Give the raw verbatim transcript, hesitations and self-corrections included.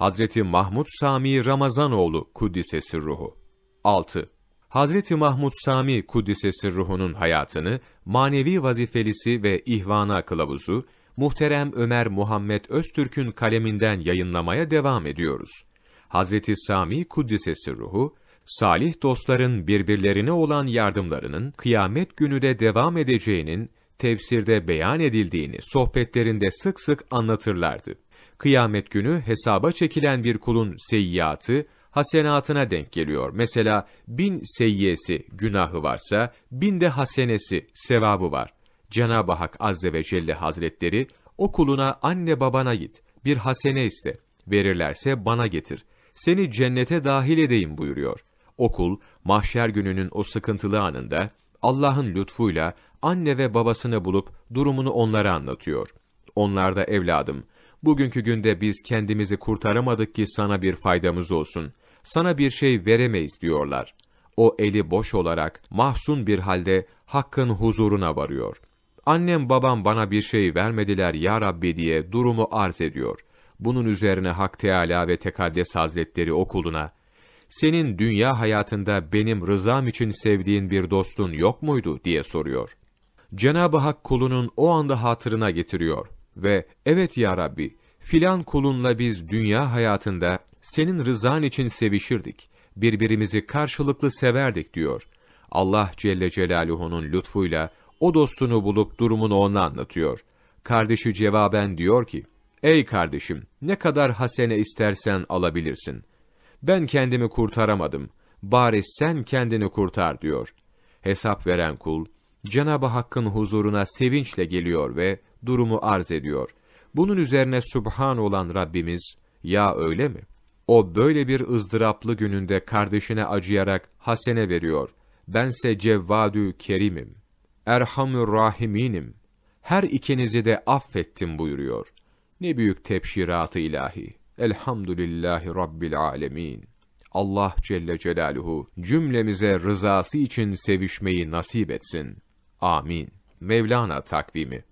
Hazreti Mahmud Sami Ramazanoğlu Kuddisesi Ruhu. altı. Hazreti Mahmud Sami Kuddisesi Ruhu'nun hayatını manevi vazifelisi ve ihvana kılavuzu muhterem Ömer Muhammed Öztürk'ün kaleminden yayınlamaya devam ediyoruz. Hazreti Sami Kuddisesi Ruhu, salih dostların birbirlerine olan yardımlarının kıyamet günü de devam edeceğinin tefsirde beyan edildiğini sohbetlerinde sık sık anlatırlardı. Kıyamet günü hesaba çekilen bir kulun seyyiatı, hasenatına denk geliyor. Mesela bin seyyiyesi, günahı varsa, bin de hasenesi, sevabı var. Cenab-ı Hak Azze ve Celle Hazretleri, o kuluna anne babana git, bir hasene iste, verirlerse bana getir, seni cennete dahil edeyim buyuruyor. O kul, mahşer gününün o sıkıntılı anında, Allah'ın lütfuyla anne ve babasını bulup durumunu onlara anlatıyor. Onlar da evladım, bugünkü günde biz kendimizi kurtaramadık ki sana bir faydamız olsun, sana bir şey veremeyiz diyorlar. O eli boş olarak, mahzun bir halde Hakk'ın huzuruna varıyor. Annem babam bana bir şey vermediler ya Rabbi diye durumu arz ediyor. Bunun üzerine Hak Teâlâ ve Tekaddes Hazretleri o kuluna, senin dünya hayatında benim rızam için sevdiğin bir dostun yok muydu diye soruyor. Cenab-ı Hak kulunun o anda hatırına getiriyor ve evet ya Rabbi, filan kulunla biz dünya hayatında senin rızan için sevişirdik, birbirimizi karşılıklı severdik diyor. Allah Celle Celaluhu'nun lütfuyla o dostunu bulup durumunu ona anlatıyor. Kardeşi cevaben diyor ki, ey kardeşim, ne kadar hasene istersen alabilirsin. Ben kendimi kurtaramadım, bari sen kendini kurtar diyor. Hesap veren kul, Cenab-ı Hakk'ın huzuruna sevinçle geliyor ve durumu arz ediyor. Bunun üzerine Sübhan olan Rabbimiz, ya öyle mi? O böyle bir ızdıraplı gününde kardeşine acıyarak hasene veriyor. Bense Cevvadü Kerim'im, Erhamür Rahiminim, her ikinizi de affettim buyuruyor. Ne büyük tebşirat-ı ilahi. Elhamdülillahi Rabbil alemin. Allah Celle Celaluhu cümlemize rızası için sevişmeyi nasip etsin. Amin. Mevlana takvimi.